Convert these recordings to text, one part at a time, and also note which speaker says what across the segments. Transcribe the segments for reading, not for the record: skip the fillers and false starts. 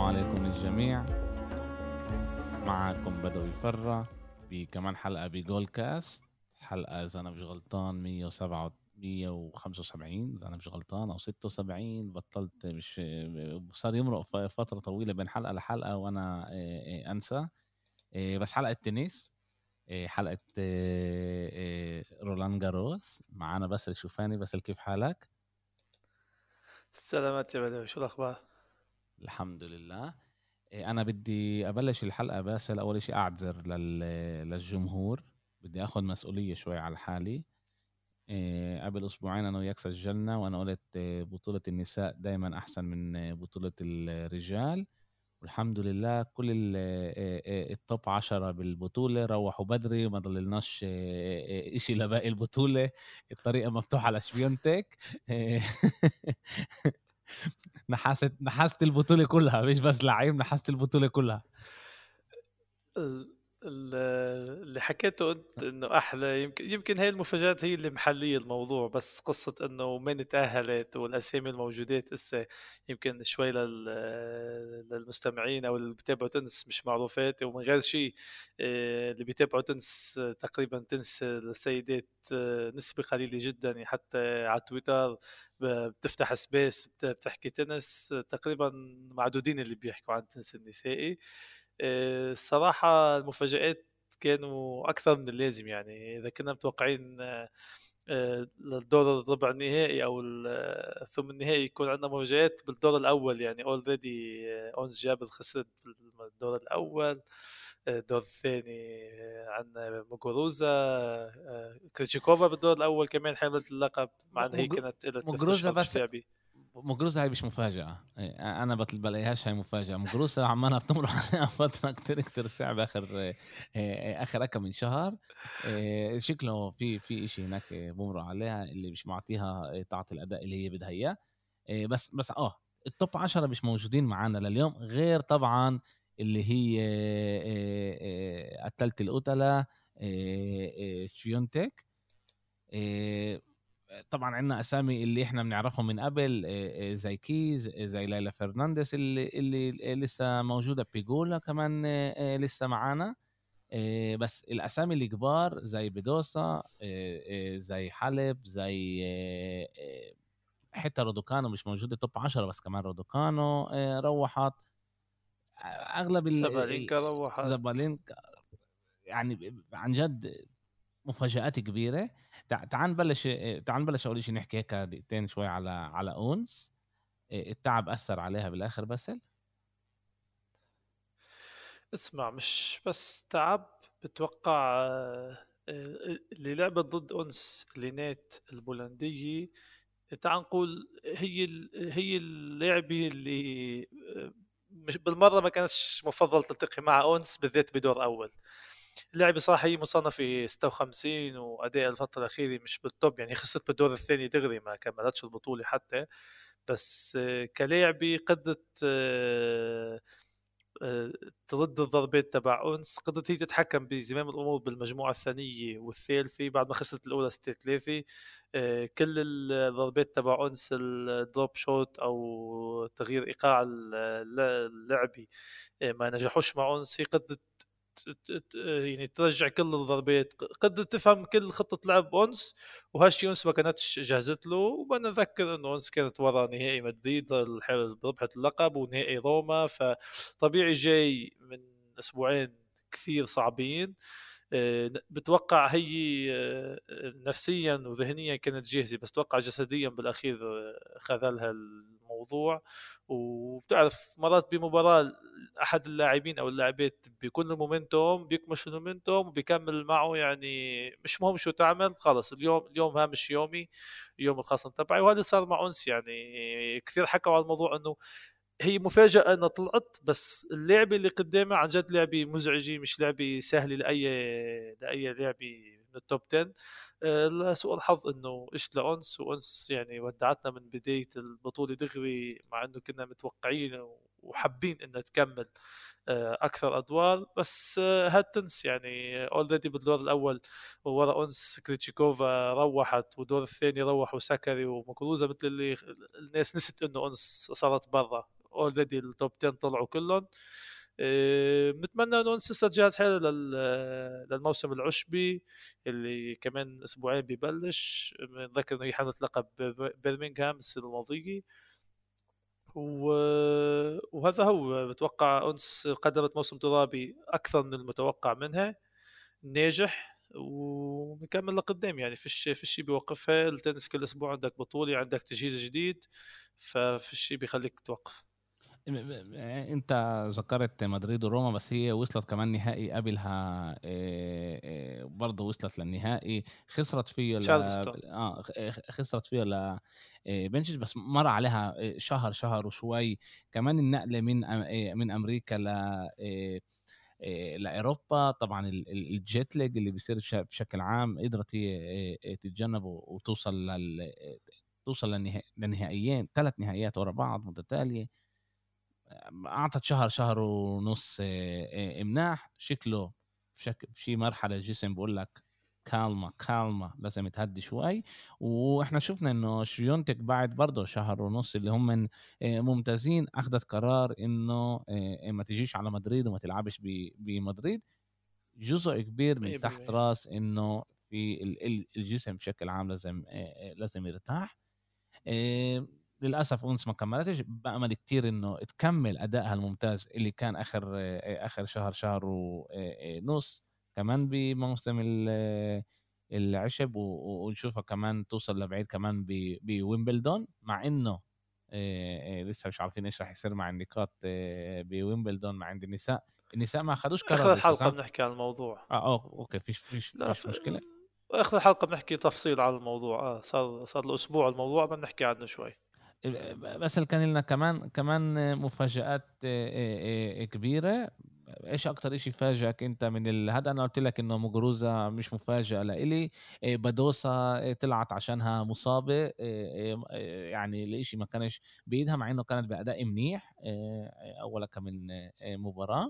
Speaker 1: عليكم الجميع. معكم بدوي فرة بكمان حلقة بجول كاست، حلقة إذا أنا مش غلطان 107 175 إذا أنا مش غلطان أو 76. بطلت مش صار يمرق فترة طويلة بين حلقة لحلقة وأنا أنسى. بس حلقة تنس، حلقة رولان جاروس. معانا باسل شوفاني. باسل كيف حالك؟
Speaker 2: سلامات يا بدوي، شو الأخبار؟
Speaker 1: الحمد لله. انا بدي ابلش الحلقه باسل. اول شيء اعتذر للجمهور. بدي اخذ مسؤوليه شوي على حالي. قبل اسبوعين انا وياك سجلنا وانا قلت بطوله النساء دائما احسن من بطوله الرجال، والحمد لله كل التوب 10 بالبطوله روحوا بدري، ما ضللناش اشي لباقي البطوله. الطريقه مفتوحه لشبيونتك. نحست البطوله كلها، مش بس لعيب، نحست البطوله كلها.
Speaker 2: ال- ال- اللي حكيته أنت إنه أحلى، يمكن هاي المفاجآت هي اللي محلية الموضوع، بس قصة إنه من تأهلت والأسامي الموجودات إسا يمكن شوي للمستمعين أو اللي بيتابعوا تنس مش معروفات. ومن غير شيء اللي بيتابعوا تنس تقريبا تنس السيدات نسبة قليلة جدا، يعني حتى على تويتر بتفتح سبيس بتحكي تنس تقريبا معدودين اللي بيحكوا عن تنس النسائي. الصراحة المفاجآت كانوا أكثر من اللازم، يعني إذا كنا متوقعين للدور الربع النهائي أو الثمن النهائي يكون عندنا مفاجآت بالدور الأول. يعني اوريدي أونس جابر خسرت بالدور الأول. الدور الثاني عندنا موغوروزا. كريتشيكوفا بالدور الأول كمان حاملة اللقب، مع أنها هي كانت إلى 3
Speaker 1: مجروزة
Speaker 2: أشهر مش
Speaker 1: بس.
Speaker 2: لعبة.
Speaker 1: مجروزة هاي مش مفاجأة. أنا بلاقيهاش هاي مفاجأة. مجروزة عمالها بتمر عليها فترة كتير صعبة آخر كم من شهر. شكله في إشي هناك بمر عليها اللي مش معطيها تعطي الأداء اللي هي بدها إياه. بس التوب 10 مش موجودين معانا لليوم، غير طبعا اللي هي قتلت القتلة شيونتك. طبعا عندنا اسامي اللي احنا بنعرفهم من قبل، زي كيز، زي ليلى فرنانديز اللي لسه موجوده. بيجولا كمان لسه معانا. بس الاسامي الكبار زي بيدوسا، زي حلب، زي حتى رودوكانو مش موجوده توب 10، بس كمان رودوكانو روحت. اغلب
Speaker 2: سابالينكا روحت.
Speaker 1: زبالين. يعني عن جد مفاجآت كبيرة. تعال نبلش أول شيء نحكي هيك دقيقتين شوي على أونس. التعب أثر عليها بالآخر باسل.
Speaker 2: اسمع، مش بس تعب، بتوقع اللي لعبت ضد أنس لينات البولندية. تعال نقول هي اللعبة اللي مش بالمرة ما كانتش مفضل تلتقي مع أونس بالذات بدور أول. اللعبة صراحة هي مصنفة 56 وأداء الفترة الأخيرة مش بالتوب، يعني خسرت بالدور الثاني دغري ما كملتش البطولة حتى. بس كلاعبة قدرت ترد الضربات تبع أونس، قدرت هي تتحكم بزمام الأمور بالمجموعة الثانية والثالثة بعد ما خسرت الأولى 6-3. كل الضربات تبع أونس الدروب شوت أو تغيير إيقاع اللعبي ما نجحوش مع أونس. هي قدرت يعني ترجع كل الضربات، قدرت تفهم كل خطة لعب أونس، وهالشي أونس ما كانتش جهزت له. وبدنا نذكر إنه أونس كانت ورا نهائي مدريد بربحة اللقب ونهائي روما، فطبيعي جاي من أسبوعين كثير صعبين. بتوقع هي نفسيا وذهنيا كانت جاهزة، بس توقع جسديا بالأخير خذلها الموضوع. وبتعرف مرات بمباراة أحد اللاعبين أو اللاعبات بيكون المومنتوم، بيكمش المومنتوم وبيكمل معه، يعني مش مهم شو تعمل، خلص اليوم مش يومي، يوم الخصم تبعي. وهذا صار مع أنس، يعني كثير حكوا على الموضوع أنه هي مفاجأة انها طلعت، بس اللعبة اللي قدامها عن جد لعبة مزعجة، مش لعبة سهلة لأي لعبة من التوب 10. لسوء الحظ انه ايش لأونس، وأونس يعني ودعتنا من بداية البطولة دغري، مع انه كنا متوقعين وحابين انها تكمل اكثر ادوار. بس هاتنس يعني اوريدي بالدور الاول ورا اونس كريتشيكوفا روحت، والدور الثاني روحوا ساكري ومكروزا، مثل اللي الناس نسيت انه اونس صارت برا. اوريدي التوب 10 طلعوا كلهم. بنتمنى انه لسه جاهز حاله للموسم العشبي اللي كمان اسبوعين ببلش. بنذكر انه هي حمله لقب برمنغهام السنه الماضيه. وهذا هو. بتوقع أنس قدمت موسم ترابي أكثر من المتوقع منها، ناجح، ومكمل لقدام. يعني فيش بيوقفها. التنس كل أسبوع عندك بطولة، عندك تجهيز جديد، فيش بيخليك توقف.
Speaker 1: انت ذكرت مدريد وروما، بس هي وصلت كمان نهائي قبلها. برضه وصلت للنهائي، خسرت فيه
Speaker 2: تشارلستون.
Speaker 1: خسرت فيه بنشيش، بس مر عليها شهر وشوي. كمان النقلة من امريكا لاوروبا، طبعا الجيت لاج اللي بيصير بشكل عام، قدرت هي تتجنبه وتوصل توصل للنهائيين، 3 نهائيات ورا بعض متتاليه. اعطت شهر ونص مناح شكله. في مرحله الجسم بقول لك كالما لازم تهدي شوي. واحنا شفنا انه شريونتك بعد برضه شهر ونص اللي هم ممتازين، اخذت قرار انه ما تجيش على مدريد وما تلعبش بمدريد. جزء كبير من تحت
Speaker 2: 100%.
Speaker 1: راس انه في الجسم بشكل عام لازم يرتاح. للاسف اونس ما كملتش. بامل كتير انه تكمل ادائها الممتاز اللي كان اخر شهر ونص كمان بموسم العشب، ونشوفها كمان توصل لبعيد كمان بويمبلدون، مع انه لسه مش عارفين ايش راح يصير مع النقاط بويمبلدون مع عند النساء ما اخذوش قرار
Speaker 2: آخر
Speaker 1: لسه،
Speaker 2: الحلقة
Speaker 1: صح؟
Speaker 2: بنحكي عن الموضوع.
Speaker 1: اوكي،
Speaker 2: لا
Speaker 1: فيش مشكله.
Speaker 2: آخر الحلقة بنحكي تفصيل عن الموضوع. صار له أسبوع الموضوع، بنحكي عنه شوي.
Speaker 1: بس اللي كان لنا كمان مفاجآت كبيرة. ايش اكتر اشي فاجأك انت من هذا؟ انا قلت لك انه مجروزة مش مفاجأة لإلي. بدوسة طلعت عشانها مصابة. يعني الاشي ما كانش بايدها، مع انه كانت بأداء منيح اول كم مباراة.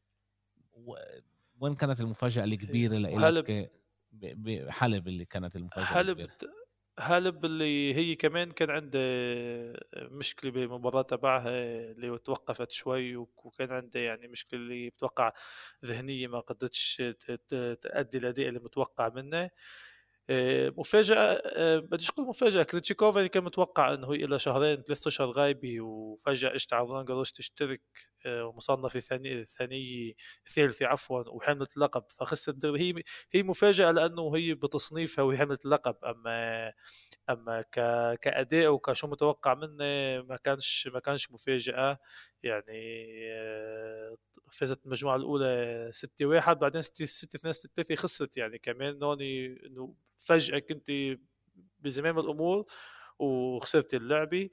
Speaker 1: وين كانت المفاجأة الكبيرة لإلك؟
Speaker 2: وهلب
Speaker 1: بحلب اللي كانت المفاجأة
Speaker 2: هلب
Speaker 1: الكبيرة.
Speaker 2: هلب اللي هي كمان كان عنده مشكلة بالمباراة تبعها اللي توقفت شوي، وكان عنده يعني مشكلة اللي بتوقع ذهنية، ما قدرتش تأدي الأداء اللي متوقع منه. مفاجأة. بديش أقول مفاجأة. كليتشيكوفا اللي كان متوقع إنه هي إلى شهرين 3 أشهر غايبة، وفجأة اشتعل رولان جاروس تشترك ومصنفة ثانية ثالثة عفوا، وحملت اللقب فخسرت الدوري. هي مفاجأة لأنه هي بتصنيفها وهي حملت اللقب. أما كأداء وكشو متوقع منه، ما كانش مفاجأة. يعني فازت المجموعة الأولى 6-1، بعدين 6-2 6-3 خسرت. يعني كمان هوني إنه فجأة كنت بزمام الأمور وخسرت اللعبة.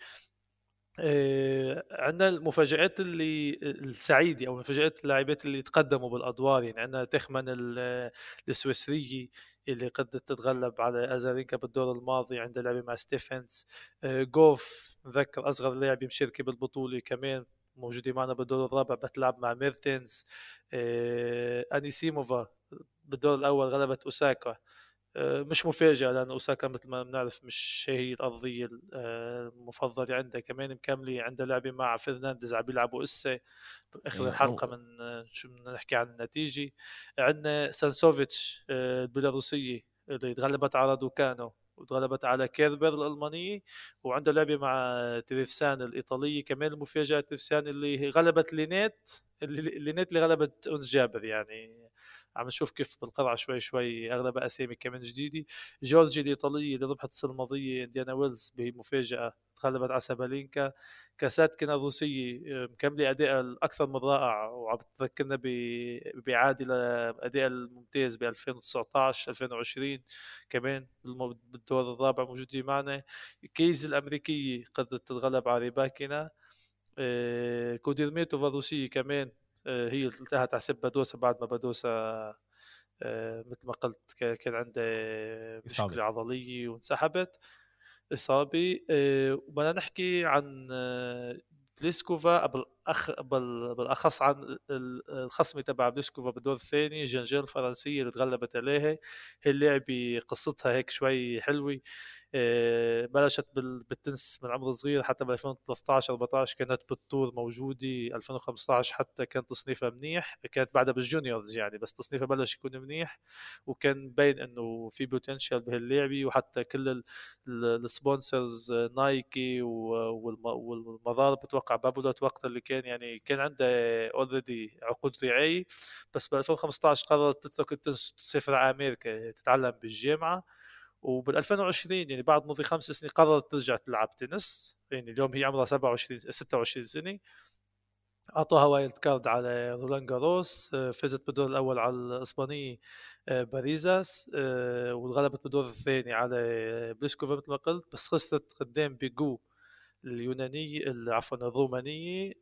Speaker 2: عندنا المفاجآت اللي السعيدة، أو مفاجآت اللاعبات اللي تقدموا بالأدوار. يعني عندنا تخمن السويسرية اللي قدرت تتغلب على أزارينكا بالدور الماضي عند لعبة مع ستيفنز. جوف نذكر أصغر لاعب مشاركة بالبطولة كمان موجودة معنا بالدور الرابع، بتلعب مع ميرتنز. أنيسيموفا بالدور الأول غلبت أوساكا. مش مفاجأة لأن أوساكا مثل ما بنعرف مش هي الأرضية المفضلة عندها. كمان مكملة عندها لعبة مع فرنانديز عم بيلعبوا إسا بآخر الحلقة.
Speaker 1: أو
Speaker 2: من شو بدنا نحكي عن النتيجة. عندنا سانسوفيتش البيلاروسية اللي تغلبت على دوكانو وتغلبت على كيربر الألمانية، وعندها لعبة مع تريفسان الإيطالية. كمان المفاجأة تريفسان اللي غلبت لينيت اللي غلبت أونس جابر. يعني عم نشوف كيف بالقرعة شوي شوي أغلب أسامي كمان جديدة. جورجي الإيطالية اللي ربحت السنة الماضية إنديانا ويلز بمفاجأة تغلبت على سابالينكا. كاساتكنا الروسية مكملة أداء الأكثر من رائع، وعم تذكرنا بإعادة لأداء الممتاز ب 2019 2020 كمان بالدور الرابع موجودة معنا. كيز الأمريكية قدرت تتغلب على ريباكينا. كوديرميتوفا الروسية كمان هي اللي انتهت على حساب بادوسا بعد ما بادوسا مثل ما قلت كان عنده
Speaker 1: إصابة.
Speaker 2: مشكلة عضلية وانسحبت إصابة. وبدنا نحكي عن بليسكوفا بالأخص عن الخصم تبع بليسكوفا بالدور الثاني، جنجان الفرنسية اللي تغلبت عليها. هي اللعبة قصتها هيك شوي حلوة. بلشت بالتنس من عمر صغير، حتى ب 2013 14 كانت بالطور موجوده، 2015 حتى كان تصنيفها منيح، كانت بعدها بالجونيورز يعني، بس تصنيفها بلش يكون منيح، وكان مبين انه في بوتنشال بهاللعبه. وحتى كل السبونسرز نايكي والمضارب بتوقع بابلوت وقتها اللي كان يعني كان عنده اوريدي عقود رعايه، بس ب 2015 قررت تترك التنس تسافر على امريكا تتعلم بالجامعه. وبال 2020 يعني بعد مضي 5 سنين قررت ترجع تلعب تنس، يعني اليوم هي عمرها 27 26 سنه. اعطوها وايلد كارد على رولان جاروس، فازت بالدور الاول على الاسبانيه باريزاس، وغلبت بالدور الثاني على بليسكوفا مثل ما قلت، بس خسرت قدام بيجو اليونانية عفوا الرومانية.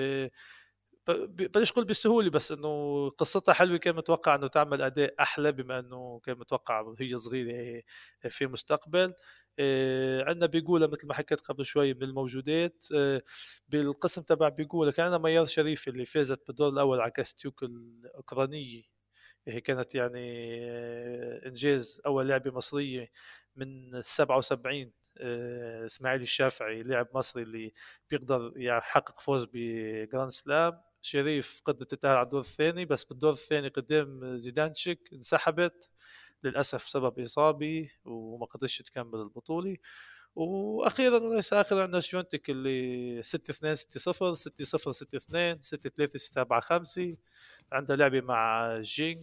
Speaker 2: بديش اقول بسهوله، بس انه قصتها حلوه، كان متوقع انه تعمل اداء احلى بما انه كان متوقع هي صغيره في مستقبل. عندنا بيقولا مثل ما حكيت قبل شوي من الموجودات. بالقسم تبع بيقولا كان عندنا ميار شريف اللي فازت بالدور الاول على كاستيوك الاوكرانيه. هي كانت يعني انجاز اول لعبه مصريه من 77. اسماعيل الشافعي لاعب مصري اللي بيقدر يحقق فوز بجراند سلام. شريف قدرت تتأهل على الدور الثاني، بس بالدور الثاني قدام زيدانشيك انسحبت للأسف سبب إصابي وما قدرتش تكمل البطولة. واخيرا وليس اخيرا عندنا شفيونتك اللي 6-2 6-0 6-0 6-2 6-3 6-4 5. عندها لعبه مع جينك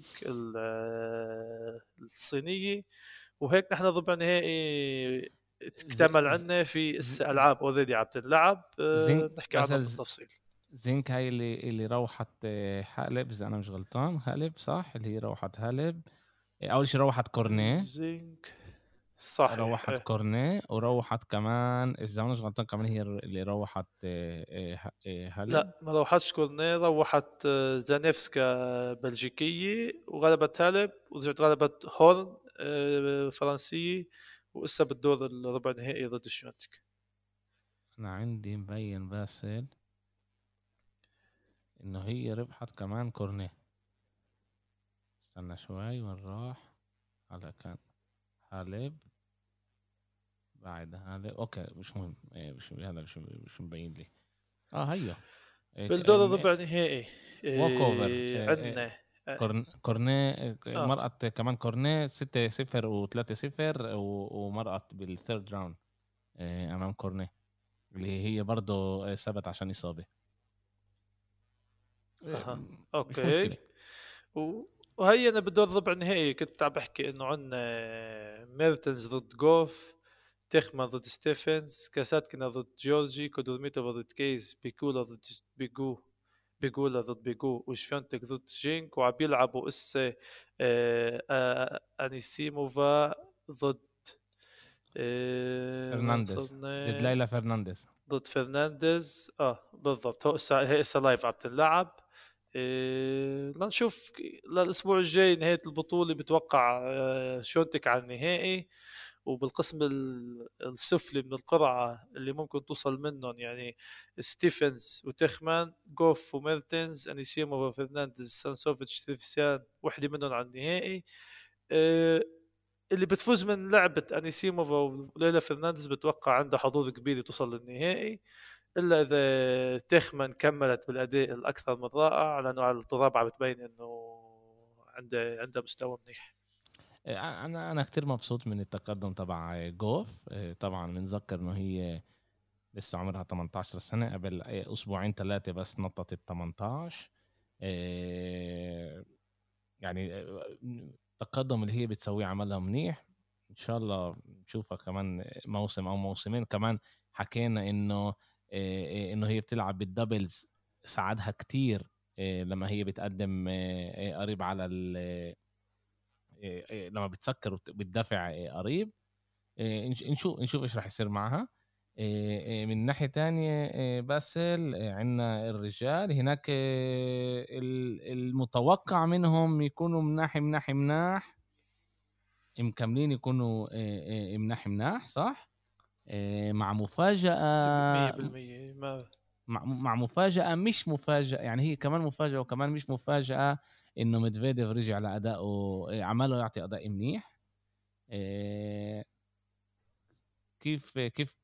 Speaker 2: الصينيه. وهيك نحن ربع نهائي
Speaker 1: زي
Speaker 2: اكتمل
Speaker 1: ز-
Speaker 2: عنا في
Speaker 1: ز-
Speaker 2: العاب اوريدي عم تنلعب،
Speaker 1: زين
Speaker 2: بنحكي عنهم
Speaker 1: مثلا
Speaker 2: بالتفصيل.
Speaker 1: زينك هاي اللي روحت حلب، اذا انا مش غلطان حلب صح، اللي هي روحت حلب. اول شيء روحت كورنيه،
Speaker 2: زينك صحيح
Speaker 1: روحت
Speaker 2: ايه.
Speaker 1: كورنيه وروحت كمان اذا انا مش غلطان كمان هي اللي روحت حلب.
Speaker 2: لا ما روحتش كورنيه، روحت زانيفسكا بلجيكية وغلبت هالب، ورجعت غلبت هورن فرنسية، وإسا بالدور الربع النهائي ضد الشونتك.
Speaker 1: انا عندي مبين باسل انه هي ربحت كمان كورنيه. استنى شوي وين راح؟ على كان حلب بعد هذا اوكي مش مهم، مش هذا مش مبين لي. هيو
Speaker 2: بالدور الربع النهائي
Speaker 1: ووك اوفر.
Speaker 2: عندنا
Speaker 1: كورنيه
Speaker 2: اه
Speaker 1: مرقت كمان كورنيه 6-0 و3-0 ومرقت بالثيرد راوند امام كورنيه اللي هي برضه ثبت عشان اصابه. آه،
Speaker 2: اها
Speaker 1: مش
Speaker 2: اوكي.
Speaker 1: مشكله.
Speaker 2: و- وهي انا بالدور الربع النهائي كنت عم بحكي انه عندنا ميرتنز ضد جوف، تخما ضد ستيفنز، كاساتكنا ضد جورجي، كودورميتو ضد كيز، بيكولا ضد بيجو، بيجولا ضد بيجو، وشفيونتك ضد جينك. وعم بيلعبوا اسا انيسيموفا ضد وين
Speaker 1: فرنانديز ضد
Speaker 2: صرنا؟
Speaker 1: ليلى فرنانديز.
Speaker 2: ضد فرنانديز بالضبط. هي هسه لايف عم تنلعب. لنشوف للاسبوع الجاي نهايه البطوله بتوقع شونتك على النهائي. وبالقسم السفلي من القرعه اللي ممكن توصل منهم يعني ستيفنز وتخمان جوف وميرتنز انيسيمو وفرنانديز سانسوفيتش تريفسيان، وحده منهم على النهائي. آه، اللي بتفوز من لعبة أنيسيموفا وليلى فرنانديز بتوقع عندها حظوظ كبيرة توصل للنهائي، إلا إذا تخمن كملت بالأداء الأكثر من رائع، لأنه على الرابعة بتبين إنه عندها مستوى منيح.
Speaker 1: انا كتير مبسوط من التقدم تبع جوف. طبعا بنذكر انه هي لسه عمرها 18 سنة، قبل أسبوعين 3 بس نطت ال 18. يعني التقدم اللي هي بتسويه عملها منيح. إن شاء الله نشوفها كمان موسم أو موسمين كمان. حكينا إنه هي بتلعب بالدبلز، ساعدها كتير لما هي بتقدم قريب على لما بتسكر وبتدافع قريب. نشوف ايش راح يصير معها. من ناحية تانية باسل عندنا الرجال هناك المتوقع منهم يكونوا مناح مكملين، يكونوا مناح صح. مع
Speaker 2: مية
Speaker 1: مفاجأة.
Speaker 2: بالمية ما
Speaker 1: مع مفاجأة مش مفاجأة، يعني هي كمان مفاجأة وكمان مش مفاجأة، إنه ميدفيديف رجع لأدائه، عمله يعطي أداء منيح. آه، كيف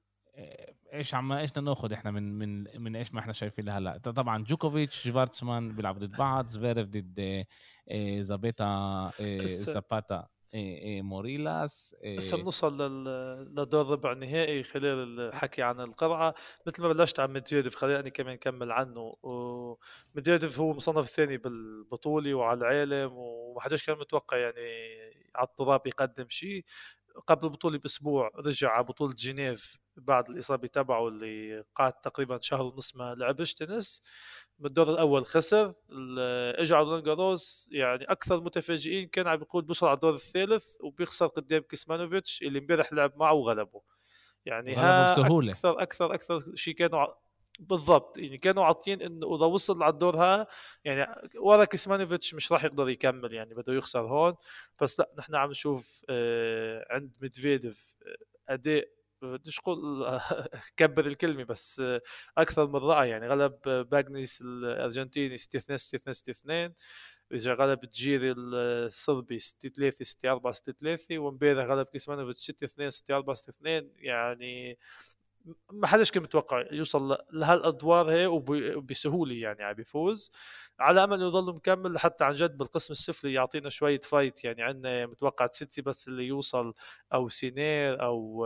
Speaker 1: ايش بدنا ناخذ احنا من ايش ما احنا شايفين هلا. طبعا جوكوفيتش شفارتسمان بيلعبوا ضد بعض، زفيرف ضد زابيتا
Speaker 2: هسه
Speaker 1: زاباتا موريلاس
Speaker 2: بنوصل لدور ربع النهائي خلال الحكي عن القرعة. مثل ما بلشت عن مدفيديف، خليني كمان نكمل عنه. ومدفيديف هو مصنف الثاني بالبطولة وعلى العالم، وما حداش كان متوقع يعني على التراب يقدم شيء. قبل البطولة بأسبوع رجع على بطولة جنيف بعد الإصابة تبعه اللي قعد تقريبا شهر ونص ما لعبش تنس. بالدور الأول خسر. اجى على رولان جاروس، يعني أكثر المتفاجئين كان عم بيقول بيوصل على الدور الثالث وبيخسر قدام كيسمانوفيتش اللي امبارح لعب معه وغلبه. يعني
Speaker 1: وغلبوا
Speaker 2: ها
Speaker 1: بسهولة.
Speaker 2: أكثر شيء بالضبط. يعني كانوا عاطين انه اذا وصل على الدور ها، يعني ورا كيسمانوفيتش مش راح يقدر يكمل، يعني بده يخسر هون. بس لا، نحن عم نشوف عند ميدفيديف اداء، بديش اقول كبر الكلمه، بس اكثر من رائع. يعني غلب باغنيس الارجنتيني 6-2 6-2 6-2. اجى غلب تجيري الصربي 6-3 6-4 6-3. وامبارح غلب كيسمانوفيتش 6-2 6-4 6-2. يعني ما حدش كان متوقع يوصل لهالادوار هي وبسهوله، يعني عم بيفوز. على امل انه يضل مكمل حتى عن جد بالقسم السفلي يعطينا شويه فايت. يعني عندنا متوقع سيتي بس اللي يوصل، او سينير،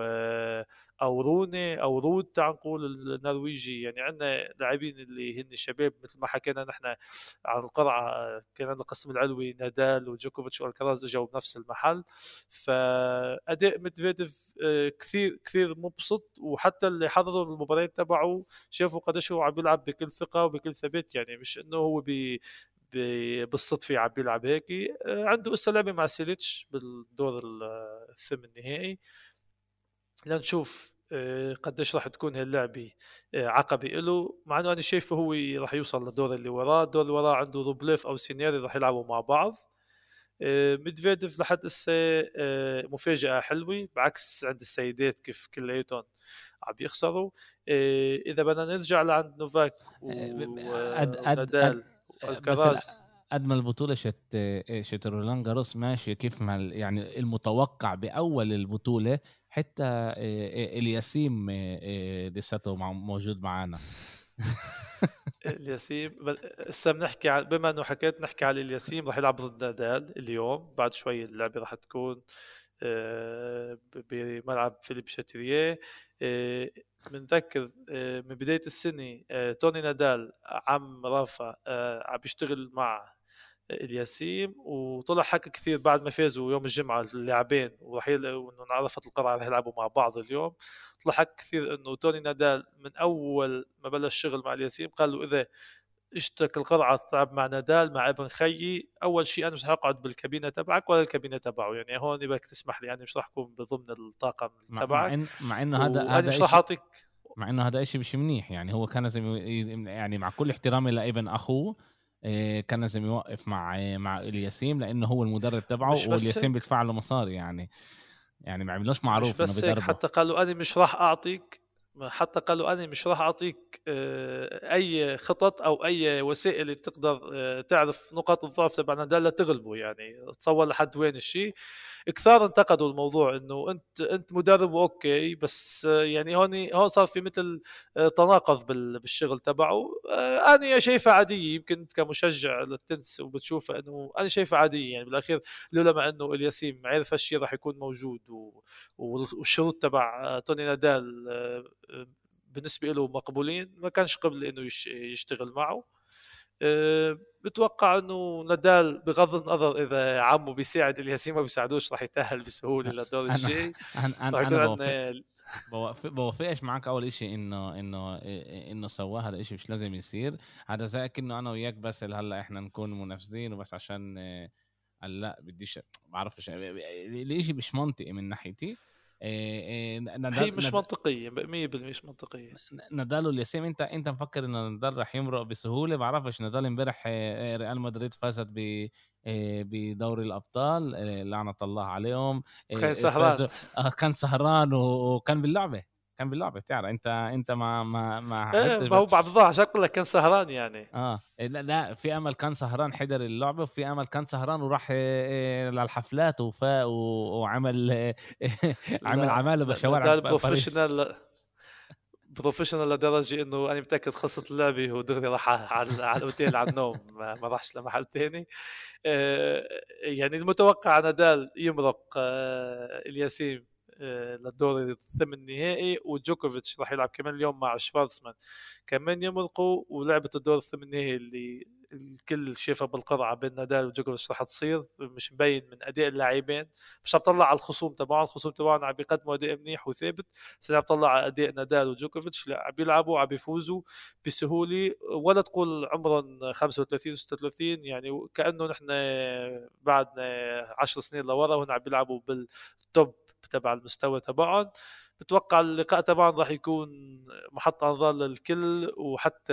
Speaker 2: او روني او رود تعال نقول النرويجي. يعني عندنا لاعبين اللي هن شباب مثل ما حكينا نحن عن القرعه. كان عندنا القسم العلوي نادال وجوكوفيتش والكراز اجوا بنفس المحل. فاداء ميدفيديف كثير كثير مبسط. وحتى اللي حضروا المباريات تبعه شافوا قديش هو عم بيلعب بكل ثقه وبكل ثبات. يعني مش انه هو بالصدفه عم بيلعب هيك. عنده لسه لعبه مع سيليتش بالدور الثمن النهائي. لنشوف قديش راح تكون هاللعبة عقبة له. مع انه انا شايفه هو راح يوصل للدور اللي وراه. الدور اللي وراه عنده روبليف او سينيري راح يلعبوا مع بعض. ميدفيديف لحد هسه مفاجأة حلوة، بعكس عند السيدات كيف كلياتهم عم يخسروا. إذا بدنا نرجع لعند نوفاك
Speaker 1: قد
Speaker 2: ونادال
Speaker 1: بس
Speaker 2: والكراز.
Speaker 1: قد ما البطولة شت رولان جاروس ماشية كيف ما يعني المتوقع بأول البطولة، حتى الياسيم لساته موجود معانا.
Speaker 2: الياسيم هسه بنحكي عن، بما انه حكيت نحكي على الياسيم، راح يلعب ضد نادال اليوم. بعد شوي اللعبة راح تكون بملعب فيليب شاتريه. بنذكر من بداية السنة توني نادال عم رافا عم بيشتغل مع الياسيم. وطلع حكى كثير بعد ما فازوا يوم الجمعة اللاعبين وانه انعرفت القرعة رح يلعبوا مع بعض اليوم. طلع حكى كثير انه توني نادال من اول ما بلش شغل مع الياسيم قال له اذا اشترك القرعة تلعب مع نادال مع ابن خيي، اول شيء انا مش هقعد بالكابينة تبعك ولا الكابينة تبعه. يعني هون بدك تسمح لي، انا مش راح اكون بضمن الطاقم تبعك.
Speaker 1: مع انه
Speaker 2: وانا
Speaker 1: هذا
Speaker 2: مش راح
Speaker 1: شيء،
Speaker 2: اعطيك.
Speaker 1: مع انه هذا إشي مش منيح. يعني هو كان لازم يعني مع كل احترامي لابن اخوه كان لازم يوقف مع الياسيم، لانه هو المدرب تبعه
Speaker 2: مش بس
Speaker 1: والياسيم
Speaker 2: هيك،
Speaker 1: بيدفع له مصاري. يعني ما عملوش
Speaker 2: مش
Speaker 1: معروف انه
Speaker 2: بس هيك،
Speaker 1: بيدربه.
Speaker 2: حتى قالوا انا مش راح اعطيك. حتى قالوا انا مش راح اعطيك اي خطط او اي وسائل تقدر تعرف نقاط الضعف تبع نادال لتغلبه. يعني تصور لحد وين الشيء. كثار انتقدوا الموضوع انه انت مدرب اوكي، بس يعني هون صار في مثل تناقض بالشغل تبعه. انا شايفها عاديه. يمكن انت كمشجع للتنس وبتشوفها انه انا شايفها عاديه. يعني بالاخير لولا ما انه الياسيم عرف هالشيء راح يكون موجود والشروط تبع توني نادال بالنسبة له مقبولين، ما كانش قبل انه يشتغل معه. بتوقع انه نادال بغض النظر اذا عمه بيساعد الياسيم ما بيساعدوش راح يتأهل بسهولة للدور
Speaker 1: انا
Speaker 2: الجاي. راح
Speaker 1: انا
Speaker 2: يكون
Speaker 1: بوافق
Speaker 2: عندنا.
Speaker 1: بوافقش معك. اول اشي انه سواه هذا اشي مش لازم يصير. هذا زي انه انا وياك بس هلا احنا نكون منافسين وبس عشان قال لا بديش، بعرفش الاشي مش منطقي من ناحيتي.
Speaker 2: هي مش منطقية 100%، مش منطقية.
Speaker 1: نادال والياسيم، انت مفكر ان نادال راح يمرق بسهوله؟ بعرفش. نادال امبارح ريال مدريد فازت بدوري الابطال، لعنه الله عليهم.
Speaker 2: كان سهران.
Speaker 1: فازوا كان سهران وكان باللعبه. كان باللعبة تعرف انت ما
Speaker 2: ايه
Speaker 1: حضرتش
Speaker 2: ما هو بعد الظهر عشان كله كان سهران يعني.
Speaker 1: لا لا، في امل كان سهران حضر اللعبة، وفي امل كان سهران وراح للحفلات وعمل عمل
Speaker 2: لا
Speaker 1: عماله بشوارع
Speaker 2: نادال
Speaker 1: باريس.
Speaker 2: بروفيشنال، بروفيشنال لدرجة انه انا متأكد خلصت اللعبة ودغري راح على الاوتيل على النوم، ما راحش لمحل تاني. يعني المتوقع نادال يمرق الياسيم للدور الثمن النهائي، وجوكوفيتش راح يلعب كمان اليوم مع شفارزمان، كمان يمرقوا. ولعبة الدور الثمن النهائي اللي الكل شايفها بالقرعة بين نادال وجوكوفيتش راح تصير، مش مبين من أداء اللاعبين. مش عم طلع على الخصوم تبعهم عم بيقدموا أداء منيح وثابت، بس عم طلع على أداء نادال وجوكوفيتش، لا عم بيلعبوا عم بيفوزوا بسهولة. ولا تقول عمرهم 35 و36، يعني كأنه نحن بعدنا 10 سنين لورا وهن عم بيلعبوا بالتوب تبع المستوى تبعهم. بتوقع اللقاء طبعا راح يكون محط انظار للكل، وحتى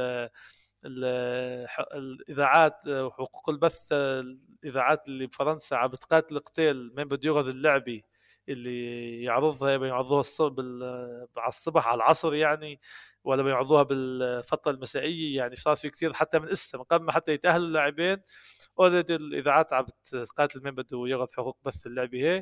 Speaker 2: ال الاذاعات وحقوق البث، الاذاعات اللي بفرنسا عم بتقاتل قتال مين بده ياخذ اللعبه اللي يعرضها، بيعرضوها على الصبح على العصر يعني، ولا بيعرضوها بالفتره المسائيه. يعني صار في كثير حتى من اسا من قبل ما حتى يتاهلوا اللاعبين، اوريدي الاذاعات عم بتقاتل مين بده ياخذ حقوق بث اللعبه هي.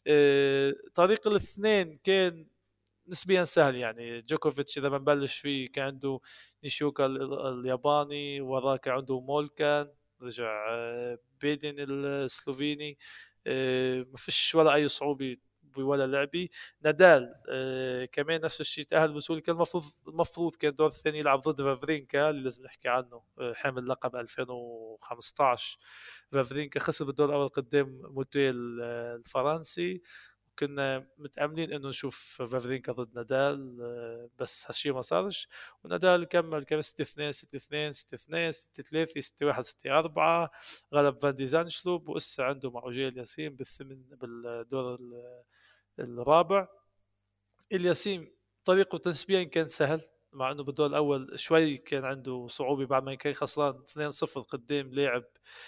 Speaker 2: طريق الاثنين كان نسبيا سهل، يعني جوكوفيتش اذا بنبلش فيه كان عنده نيشوكا الياباني، وراه كان عنده مولكان، رجع بيدن السلوفيني. ما فيش ولا اي صعوبه ولا لعبه. نادال كمان نفس الشيء تأهل بسهولة. كان المفروض كان الدور الثاني يلعب ضد فافرينكا اللي لازم نحكي عنه، حامل لقب 2015. فافرينكا خسر بالدور الأول قدام موتيل الفرنسي. كنا متأملين انه نشوف فافرينكا ضد نادال، بس هالشيء ما صارش. ونادال كمل 6-2 6-2 6-2 6-3 6-1 6-4، غلب فان دي زانشلوب، وإسا عنده مع أوجيل ياسين بالدور الرابع. الياسين طريقه نسبيا كان سهل، مع انه بالدور الاول شوي كان عنده صعوبه بعد ما كان خسران 2-0 قدام لاعب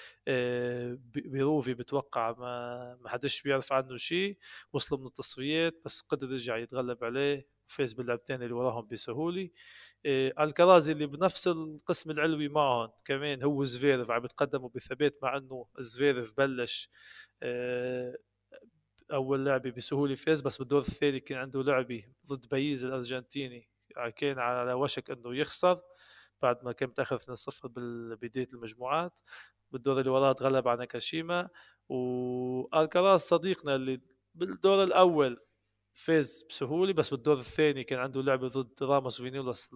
Speaker 2: بيروفي، بتوقع ما حدش بيعرف عنه شيء. وصلوا من التصفيات بس قدر يرجع يتغلب عليه وفاز باللعبتين اللي وراهم بسهوله. الكرازي اللي بنفس القسم العلوي معهم كمان هو زفيرف عم يتقدموا بثبات، مع انه زفيرف بلش آه، اول لعبه بسهوله فاز، بس بالدور الثاني كان عنده لعبه ضد بايز الارجنتيني كان على وشك انه يخسر بعد ما كان متاخر 2-0 ببدايه المجموعات. بالدور اللي وراه تغلب على ناكاشيما. والكراز صديقنا اللي بالدور الاول فاز بسهوله، بس بالدور الثاني كان عنده لعبه ضد راموس فينيولاس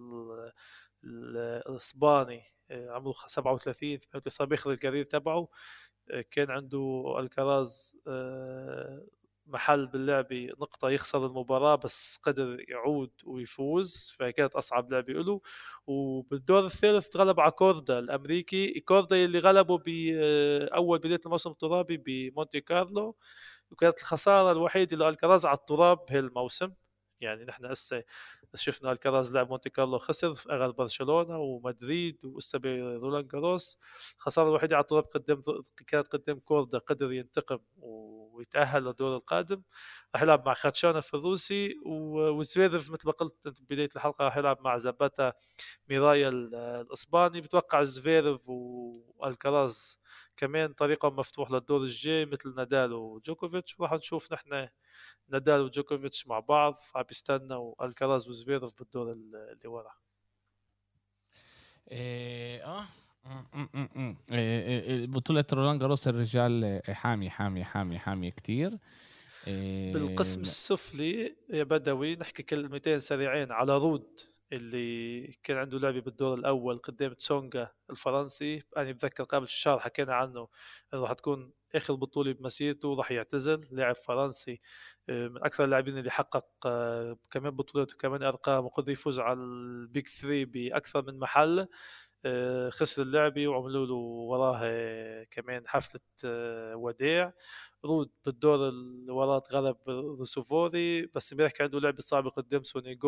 Speaker 2: الاسباني، عمره 37 صار بياخذ الكارير تبعه. كان عنده الكراز محل باللعبة نقطة يخسر المباراة، بس قدر يعود ويفوز، فكانت أصعب لعبة له. وبالدور الثالث تغلب على كوردا الأمريكي، كوردا اللي غلبه بأول بداية الموسم الترابي بمونتي كارلو، وكانت الخسارة الوحيدة لألكراز على التراب هالموسم. يعني نحن هسه شفنا الكراز لعب مونتي كارلو خسر في اغلب برشلونه ومدريد وهسه برولان جاروس. الخساره الوحيده على التراب كانت قدام كوردا، قدر ينتقم ويتاهل للدور القادم. راح يلعب مع خاتشانوف الروسي، وزفيرف مثل ما قلت انت بدايه الحلقه راح يلعب مع زاباتا ميرايا الاسباني. بتوقع زفيرف والكراز كمان طريقه مفتوح للدور الجاي مثل نادال وجوكوفيتش. وراح نشوف نحن نادال وجوكوفيتش مع بعض عم بيستنوا الكراز وزفيرف بالدور اللي ورا.
Speaker 1: إيه بطولة رولان جاروس الرجال حامي كتير.
Speaker 2: بالقسم السفلي يا بدوي نحكي كلمتين سريعين على رود اللي كان عنده لعبة بالدور الأول قدام تسونغا الفرنسي. أنا بتذكر قبل شهر حكينا عنه إنه راح تكون آخر بطولة بمسيرته، راح يعتزل. لاعب فرنسي من أكثر اللاعبين اللي حقق كمان بطولات وكمان أرقام، وقدر يفوز على البيك 3 بأكثر من محل. خسر اللعبة وعملوا له وراه كمان حفلة وداع. رود بالدور اللي وراه غلب روسوفوري، بس امبارح كان عنده لعبة صعبة قدام سونيجو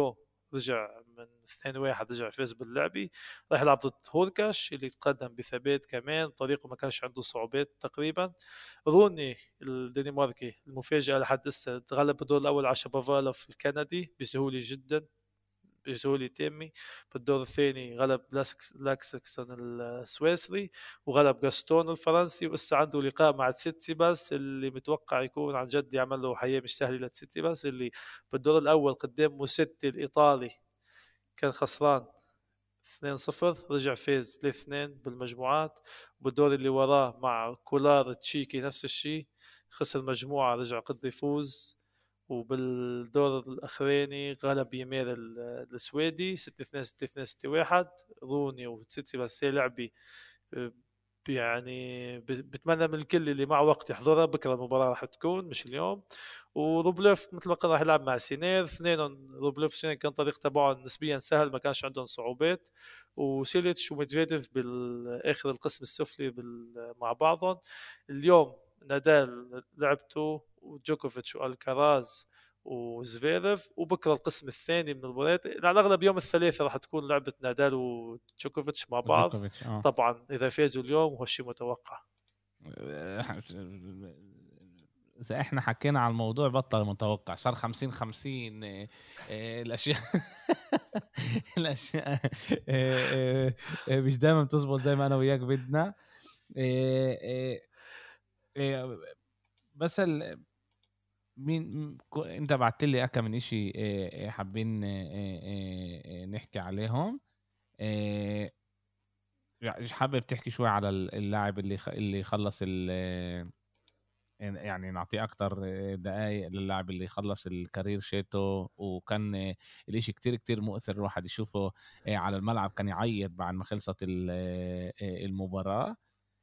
Speaker 2: رجع من 2-1 رجع فاز باللعبة. راح يلعب ضد هوركاش اللي تقدم بثبات كمان، طريقه ما كانش عنده صعوبات تقريبا. روني الدنماركي المفاجأة لحد هسه تغلب بالدور الأول على شابوفالوف الكندي بسهولة جدا، بسهولة تامة. بالدور الثاني غلب لاكسكسون السويسري، وغلب غاستون الفرنسي، وإسا عنده لقاء مع تسيتسيباس اللي متوقع يكون عن جد يعمل له حياة مش سهلة لتسيتسيباس، اللي بالدور الأول قدام موسيتي الإيطالي كان خسران 2-0، رجع فاز 3-2 بالمجموعات. بالدور اللي وراه مع كولار تشيكي نفس الشيء، خسر مجموعة رجع قد يفوز. وبالدور الأخراني غلب يمير السويدي 6-2 6-2 6-1. روني وتسيتي بس هي لعبة آه، يعني بتمنى من الكل اللي معه وقت يحضرها، بكره المباراة راح تكون مش اليوم. وروبليف مثل ما قلنا راح يلعب مع سينير اثنينهم. روبليف سينير كان طريق تبعهم نسبيا سهل، ما كانش عندهم صعوبات. وسيليتش وميدفيديف بالاخر القسم السفلي مع بعضهم. اليوم نادال لعبته وجوكوفيتش والكراز وزفيرف، وبكره القسم الثاني من المباريات على الاغلب يوم الثلاثاء راح تكون لعبه نادال وجوكوفيتش مع بعض.
Speaker 1: جوكوفيتش اه.
Speaker 2: طبعا اذا فازوا اليوم هو شيء متوقع.
Speaker 1: اذا احنا حكينا على الموضوع بطل متوقع، صار 50-50. الاشياء الاشياء مش دايما بتزبط زي ما انا وياك بدنا. آه، آه، آه، بس انت بعت لي اكم من اشي حابين نحكي عليهم. يعني حابب تحكي شوي على اللاعب اللي خلص يعني نعطيه اكتر دقائق للاعب اللي خلص الكارير شيتو، وكان الاشي كتير كتير مؤثر الواحد يشوفه على الملعب، كان يعيط بعد ما خلصت المباراة.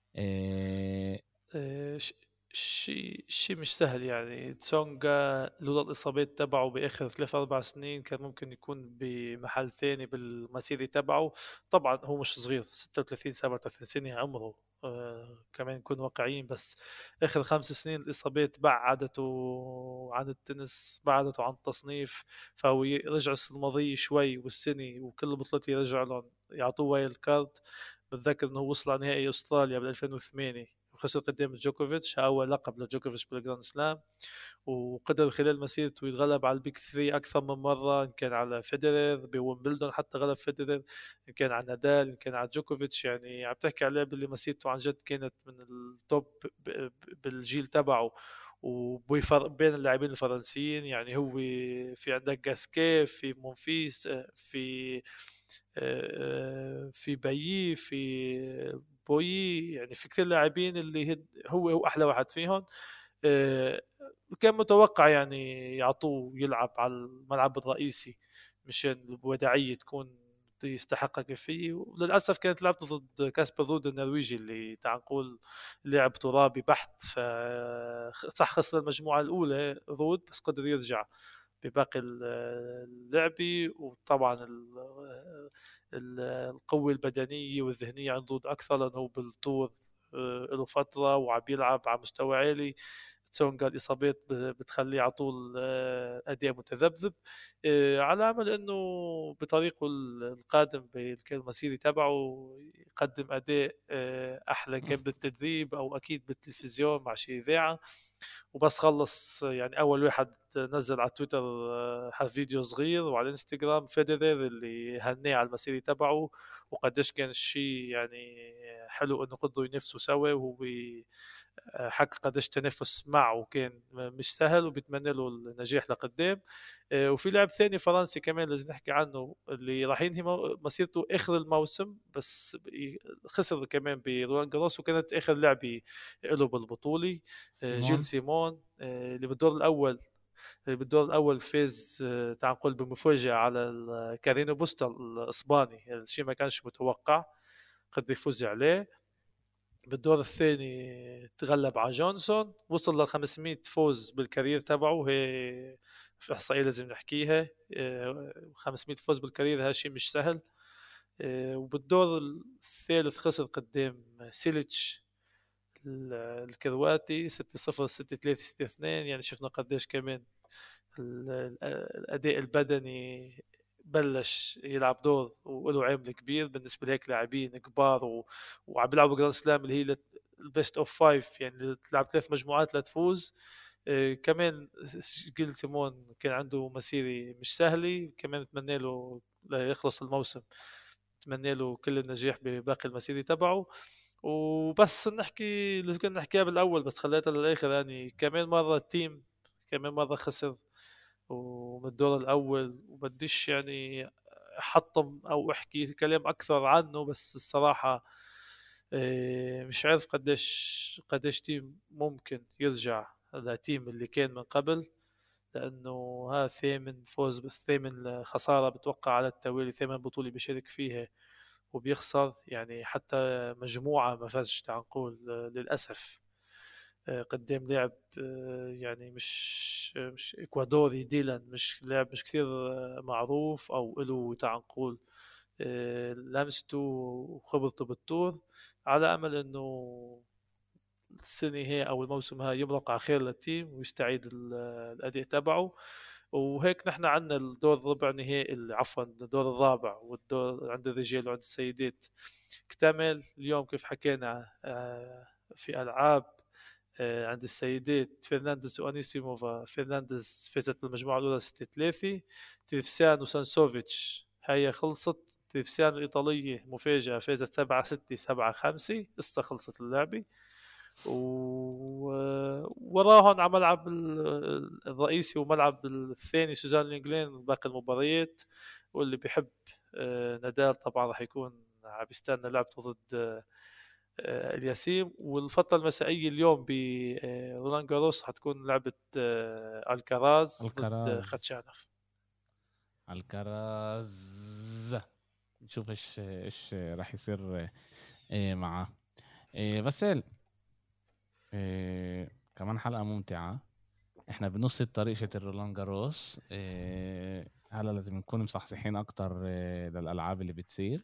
Speaker 2: آه، ش- شيء مش سهل يعني. تسونجا لولا الإصابات تبعه بآخر 3-4 سنين كان ممكن يكون بمحل ثاني بالمسيرة تبعه. طبعا هو مش صغير، 36 37 سنة عمره. كمان نكون واقعيين، بس آخر 5 سنين الإصابات بعدته عن التنس، بعدته عن التصنيف. فهو رجع الماضي شوي والسنة وكل بطولة يرجع لهم يعطوه وايلد كارد. بتذكر انه وصل على نهائي استراليا بال 2008 وخسر قدام جوكوفيتش، اول لقب لجوكوفيتش بالجراند سلام. وقدر خلال مسيرته يتغلب على البيك 3 اكثر من مره، ان كان على فيدرر بويمبلدون حتى غلب فيدرر، ان كان على نادال، ان كان على جوكوفيتش. يعني عم تحكي على لاعب اللي مسيرته عن جد كانت من التوب بالجيل تبعه. بين اللاعبين الفرنسيين يعني هو في عندك جاسكي، في مونفيس، في بايي، في بويي، يعني في كثير لاعبين اللي هو احلى واحد فيهم. آه، كان متوقع يعني يعطوه يلعب على الملعب الرئيسي مشان الوداعية تكون يستحقها كفية. وللأسف كانت لعبته ضد كاسبر رود النرويجي اللي تعال نقول لاعب ترابي بحت. صح خسر المجموعة الأولى رود، بس قدر يرجع بباقي اللعبة. وطبعا القوة البدنية والذهنية عنده أكثر لأنه بالطور له فترة وعم يلعب على مستوى عالي. تسونجا الإصابات بتخليه على طول أداء متذبذب. على أمل أنه بطريقه القادم بالمسيرة تبعه يقدم أداء أحلى، كان بالتدريب أو أكيد بالتلفزيون مع شي إذاعة. وبس خلص يعني اول واحد نزل على تويتر فيديو صغير، وعلى الانستغرام فيدرر اللي هنيه على المسيرة تبعه وقديش كان الشيء يعني حلو انه قدروا ينافسوا سوا. وهو حق قديش تنافس معه وكان مش سهل، وبتمنى له النجاح لقدام. وفي لاعب ثاني فرنسي كمان لازم نحكي عنه اللي راح ينهي مسيرته اخر الموسم، بس خسر كمان برولان جاروس وكانت اخر لعبه له بالبطوله. جيل
Speaker 1: سيمون.
Speaker 2: سيمون اللي بالدور الاول، فاز تعال نقول بمفاجاه على كارينو بوستا الاسباني، الشيء ما كانش متوقع قد يفوز عليه. بالدور الثاني تغلب على جونسون، وصل ل 500 فوز بالكارير تبعه. هي في احصائيه لازم نحكيها، 500 فوز بالكارير هذا شيء مش سهل. وبالدور الثالث خسر قدام سيليتش الكرواتي 6-0 6-3 6-2. يعني شفنا قديش كمان الاداء البدني بلش يلعب دور وله عامل كبير بالنسبه لهيك لاعبين كبار وعم بيلعبوا جراند سلام اللي هي البيست اوف فايف، يعني اللي تلعب 3 مجموعات لتفوز. كمان جيل سيمون كان عنده مسيرة مش سهلة، كمان بتمنى له ليخلص الموسم، بتمنى له كل النجاح بباقي المسيرة تبعه. وبس نحكي اللي كنا نحكيها بالاول بس خليتها للاخر، يعني كمان مرة التيم كمان مرة خسر ومن الدور الاول، وبديش يعني احطم او احكي كلام اكثر عنه، بس الصراحة مش عارف قديش تيم ممكن يرجع لتيم اللي كان من قبل، لانه هذا ثامن فوز بس ثامن خسارة بتوقع على التوالي، ثامن بطولة بيشارك فيها وبيخسر، يعني حتى مجموعة ما فازش تعال نقول للأسف. قدام لاعب يعني مش إكوادوري، ديلان مش لاعب مش كثير معروف أو له تعال نقول لمسته وخبرته بالطور، على أمل إنه السنة هي أو الموسم هاي يمرق على خير للتيم ويستعيد الأداء تبعه. وهيك نحن عندنا الدور الربع نهائي، عفوا الدور الرابع والدور عند الرجال وعند السيدات اكتمل اليوم كيف حكينا. في ألعاب عند السيدات فرنانديز وأنيسيموفا، فرنانديز فازت بالمجموعة الأولى 6-3، تريفسان وسانسوفيتش هي خلصت. تريفسان الإيطالية مفاجأة فازت 7-6 7-5، لسه خلصت اللعبة. وراهن على ملعب الرئيسي وملعب الثاني سوزان لينجلين باقي المباريات. واللي بيحب نادال طبعا راح يكون عم بيستنى لعبته ضد الياسيم. والفترة المسائية اليوم برولان جاروس حتكون لعبة الكراز ضد
Speaker 1: الكراز
Speaker 2: خاتشانوف.
Speaker 1: الكراز نشوف ايش راح يصير معه. بس كمان حلقة ممتعة. احنا بنص الطريق شت رولان جاروس. هلا لازم نكون مصحصحين اكتر للالعاب اللي بتصير.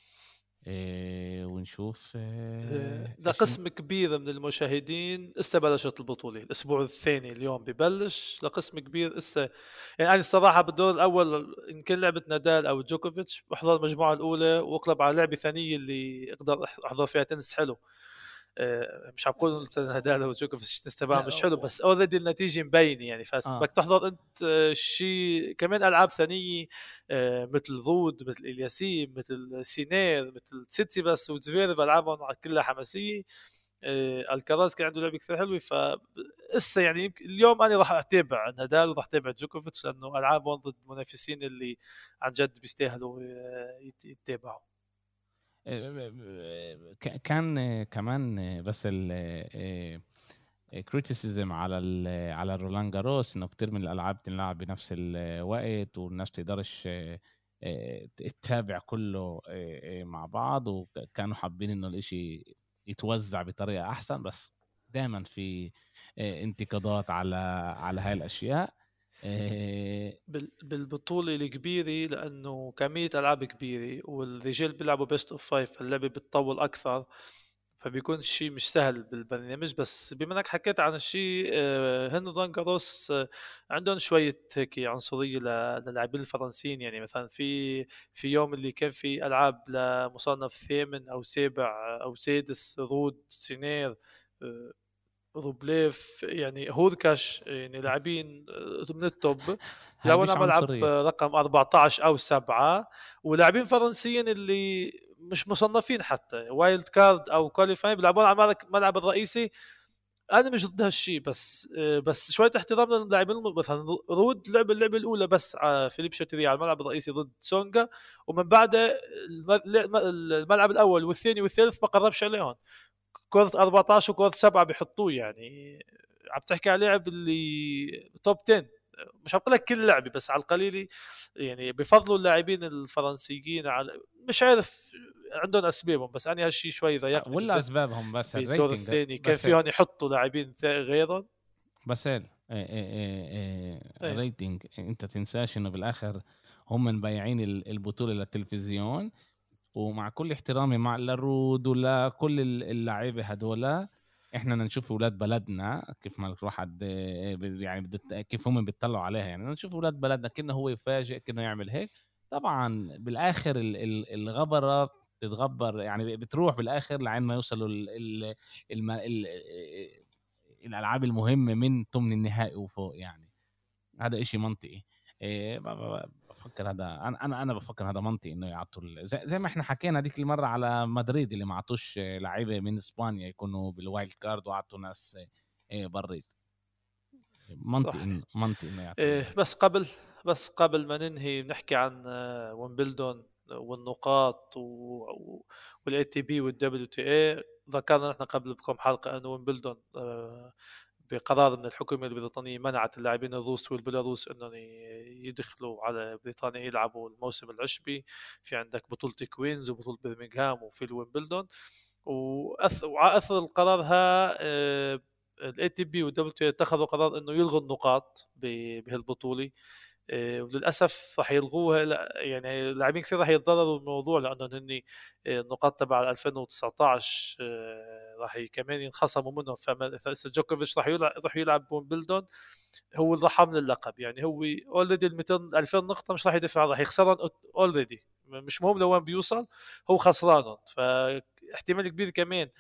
Speaker 1: ونشوف
Speaker 2: لقسم كبير من المشاهدين بلشت البطولة الأسبوع الثاني اليوم ببلش، لقسم كبير يعني أنا الصراحة بالدور الأول إن كان لعبة نادال أو جوكوفيتش بحضر المجموعة الأولى وأقلب على لعبة ثانية اللي أقدر أحضر فيها تنس حلو. مش عم بقول نادال او جوكوفيتش تبعه مش حلو، بس اوريدي النتيجه مبينه يعني، فبدك تحضر انت شيء كمان العاب ثانيه مثل رود مثل الياسيم مثل سينير مثل سيتي بس وزفيرف، العابهم كلها حماسيه. الكراز كان عنده لعبه كثير حلوه، فاسا يعني اليوم انا راح اتابع نادال وراح اتابع جوكوفيتش لانه العابهم ضد منافسين اللي عن جد بيستاهلوا يتابعوا.
Speaker 1: كان كمان بس كريتيسيزم على رولان جاروس انه كتير من الالعاب تنلعب بنفس الوقت والناس تقدرش تتابع كله مع بعض، وكانوا حابين انه الاشي يتوزع بطريقة احسن، بس دائما في انتقادات على هاي الاشياء.
Speaker 2: بالبطولة الكبيرة لأنه كمية ألعاب كبيرة والرجال بيلعبوا بيست اوف فايف، اللعبة بتطول أكثر، فبيكون الشيء مش سهل بالبرنامج. بس بما انك حكيت عن الشيء هن رولان جاروس عندهم شوية هيك عنصرية للاعبين الفرنسيين، يعني مثلا في يوم اللي كان في ألعاب لمصنف ثامن أو سابع أو سادس، رود سينير روبليف يعني هوركاش، يعني لاعبين من التوب
Speaker 1: هاي
Speaker 2: بيلعبون
Speaker 1: مش
Speaker 2: على ملعب
Speaker 1: عنصرية.
Speaker 2: رقم 14 او 7، ولاعبين فرنسيين اللي مش مصنفين حتى وايلد كارد او كواليفاين بيلعبون على الملعب الرئيسي. انا مش ضد هالشيء، بس شويه احترام للاعبين. مثلا رود لعب اللعبه الاولى بس فيليب شاتري على الملعب الرئيسي ضد سونجا، ومن بعد الملعب الاول والثاني والثالث ما قربش عليهم. كرة 14 وكرة 7 بيحطوه، يعني عم تحكي على لاعب اللي توب 10. مش هقول لك كل لعبة بس على القليل، يعني بفضلوا اللاعبين الفرنسيين على مش عارف عندهم اسبابهم، بس انا هالشيء شوي ضايقني
Speaker 1: ولا
Speaker 2: بالذات
Speaker 1: اسبابهم بس
Speaker 2: بالدور
Speaker 1: الريتنج
Speaker 2: الثاني، كان
Speaker 1: بس.
Speaker 2: فيهم يحطوا لاعبين غيرهم.
Speaker 1: بس
Speaker 2: ايه
Speaker 1: الريتنج انت تنساش انه بالاخر هم مبيعين البطولة للتلفزيون. ومع كل احترامي مع للرود ولا كل اللعيبه هدول، احنا نشوف اولاد بلدنا كيف ما الواحد يعني كيف هم بيطلعوا عليها، يعني نشوف اولاد بلدنا كأنه هو يفاجئ كأنه يعمل هيك. طبعا بالاخر الغبره بتتغبر، يعني بتروح بالاخر لعين ما يوصلوا الم... ال... الالعاب المهمه من ثمن النهائي وفوق يعني. هذا إشي منطقي. بفكر هذا، انا بفكر هذا منطقي انه يعطوا زي ما احنا حكينا ديك المره على مدريد اللي ما عطوش لعيبه من اسبانيا يكونوا بالوايلد كارد وعطوا ناس بريد.
Speaker 2: صحيح.
Speaker 1: منطقي انه يعطوا
Speaker 2: إيه، بس قبل ما ننهي بنحكي عن ويمبلدون والنقاط والاي تي بي والدبليو تي اي. ذكرنا نحن قبل بكم حلقة انه ويمبلدون بقرار من الحكومة البريطانية منعت اللاعبين الروس والبيلاروس انهم يدخلوا على بريطانيا يلعبوا الموسم العشبي. في عندك بطولة كوينز وبطولة برمنغهام وفي الويمبلدون. وعلى اثر القرار ها الاي تي بي والدبليو تي اتخذوا قرار انه يلغوا النقاط بهالبطوله. وللاسف راح يلغوها. يعني اللاعبين كثير راح يتضرروا بالموضوع لانه هن النقاط تبع 2019 راح كمان ينخصموا منهم. جوكوفيتش راح يلعب بومبلدون هو اللي راح من اللقب. يعني هو اوريدي ال 200 2000 نقطه مش راح يدفع، راح يخسرهم اوريدي. مش مهم لوين بيوصل، هو خسرانهم. فاحتمال كبير كمان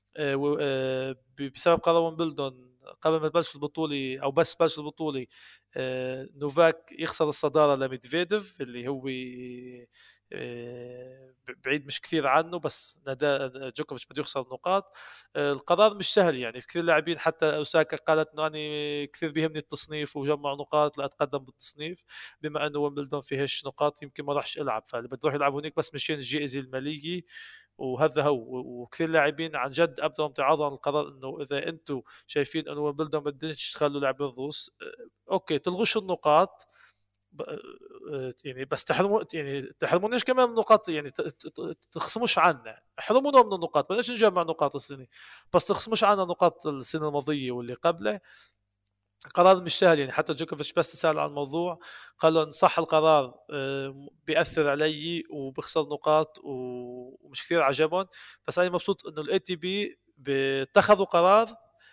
Speaker 2: بسبب قرار ويمبلدون قبل ما تبلش البطوله او بس بلش البطوله نوفاك يخسر الصداره لميدفيديف اللي هو بعيد مش كثير عنه. بس جوكوفيتش بده يخسر نقاط. القرار مش سهل. يعني في كثير لاعبين حتى اوساكا قالت انه انا كثير بيهمني التصنيف وجمع نقاط لاتقدم بالتصنيف. بما انه ويمبلدون فيهش نقاط يمكن ما راحش العب، فاللي بده يروح يلعب هناك بس مشان الجائزه الماليه. وهذا هو. وكثير لاعبين عن جد ابدوا امتعاضا عن القرار انه اذا انتم شايفين انه ويمبلدون بدنش تخلوا لاعبين روس اوكي تلغوش النقاط. يعني بس تحرمونيش كمان من النقاط. يعني تخصموش عنا، احرمونا من النقاط. بلاش نجمع نقاط السنه، بس تخصموش عنا نقاط السنه الماضيه واللي قبله. قرار مش سهل. يعني حتى جوكوفيتش بس سأل عن الموضوع قال له إن صح القرار بيأثر علي وبخسر نقاط ومش كثير عجبهم. بس أنا مبسوط إنه الاي تي بي اتخذوا قرار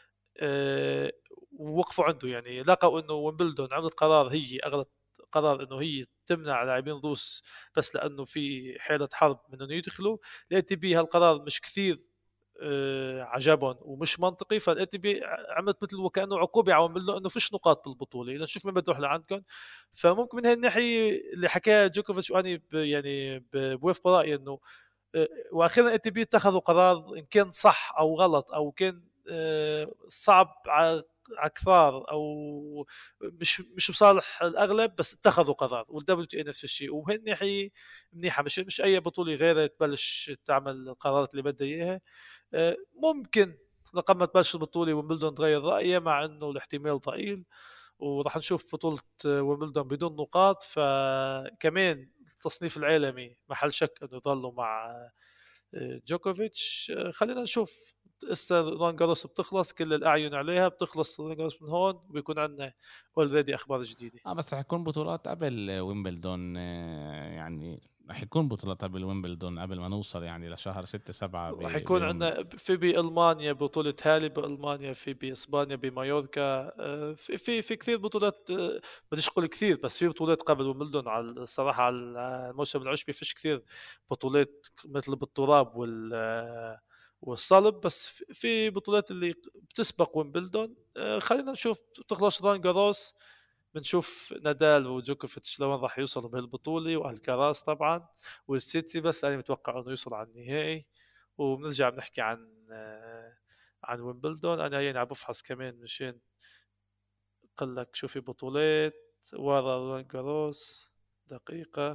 Speaker 2: ووقفوا عنده. يعني لقوا إنه ويمبلدون عملت قرار هي أغلط قرار إنه هي تمنع لاعبين روس بس لأنه في حالة حرب من إنه يدخلوا. الاي تي بي هالقرار مش كثير عجبهم ومش منطقي. فالاي تي بي عملت مثل وكانه عقوبه عوامل له انه فيش نقاط بالبطوله لنشوف مين بده يروح لعندكم. فممكن من هالناحيه اللي حكاه جوكوفيتش واني يعني بوافق رايي انه واخيرا الاي تي بي اتخذوا قرار ان كان صح او غلط او كان صعب على كثار او مش بصالح الاغلب، بس اتخذوا قرار. والدبليو تي اي نفس الشيء. وهالناحيه منيحه. مش اي بطوله غيرها تبلش تعمل القرارات اللي بدها اياها. ممكن لقد ما تبلش البطوله ويمبلدون تغير رايه مع انه الاحتمال ضئيل. وراح نشوف بطوله ويمبلدون بدون نقاط. فكمان التصنيف العالمي محل شك انه يضلوا مع جوكوفيتش. خلينا نشوف. لسه رولان جاروس بتخلص، كل الاعين عليها بتخلص رولان جاروس من هون وبيكون عندنا اوريدي اخبار جديده.
Speaker 1: بس رح يكون بطولات قبل ويمبلدون، يعني رح يكون بطولات قبل ويمبلدون قبل ما نوصل يعني لشهر 6 7
Speaker 2: راح يكون
Speaker 1: بويمبلدون.
Speaker 2: عندنا في بألمانيا بطولة هالي بألمانيا، في بإسبانيا بمايوركا. في كثير بطولات. بديش أقول كثير بس في بطولات قبل ويمبلدون. على الصراحة على الموسم العشبي فيش كثير بطولات مثل بالتراب والصلب. بس في بطولات اللي بتسبق ويمبلدون. خلينا نشوف بتخلص ران جاروس بنشوف نادال وجوكوفيتش لوين راح يوصلوا بهالبطولة. والكراس طبعا والسيتي بس أنا متوقع إنه يوصل على النهائي. وبنرجع بنحكي عن ويمبلدون. انا يعني عم بفحص كمان مشان اقول لك شو في بطولات ورا رولان جاروس. دقيقة.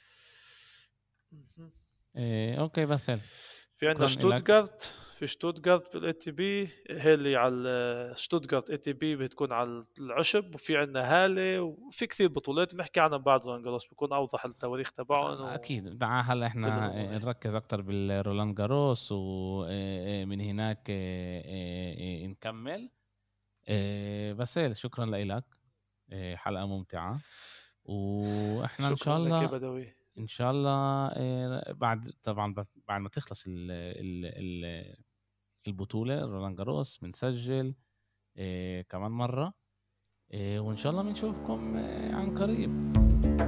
Speaker 1: اوكي باسل،
Speaker 2: في عندنا
Speaker 1: شكرا لك.
Speaker 2: شتوتغارت. في شتوتغارت بالاي تي بي هي اللي على شتوتغارت اي تي بي بتكون على العشب. وفي عندنا هالة وفي كثير بطولات بنحكي عنها بعد رولان جاروس بيكون اوضح التواريخ تبعهم
Speaker 1: اكيد تعال هلا
Speaker 2: وكل
Speaker 1: احنا
Speaker 2: الامور هي.
Speaker 1: نركز اكتر بالرولان جاروس ومن هناك نكمل. باسل شكرا لك. حلقة ممتعة. واحنا ان شاء
Speaker 2: شكرا لك يا
Speaker 1: الله،
Speaker 2: بدوي.
Speaker 1: ان شاء الله بعد طبعا بعد ما تخلص ال البطولة رولان جاروس بنسجل كمان مرة. وان شاء الله بنشوفكم عن قريب.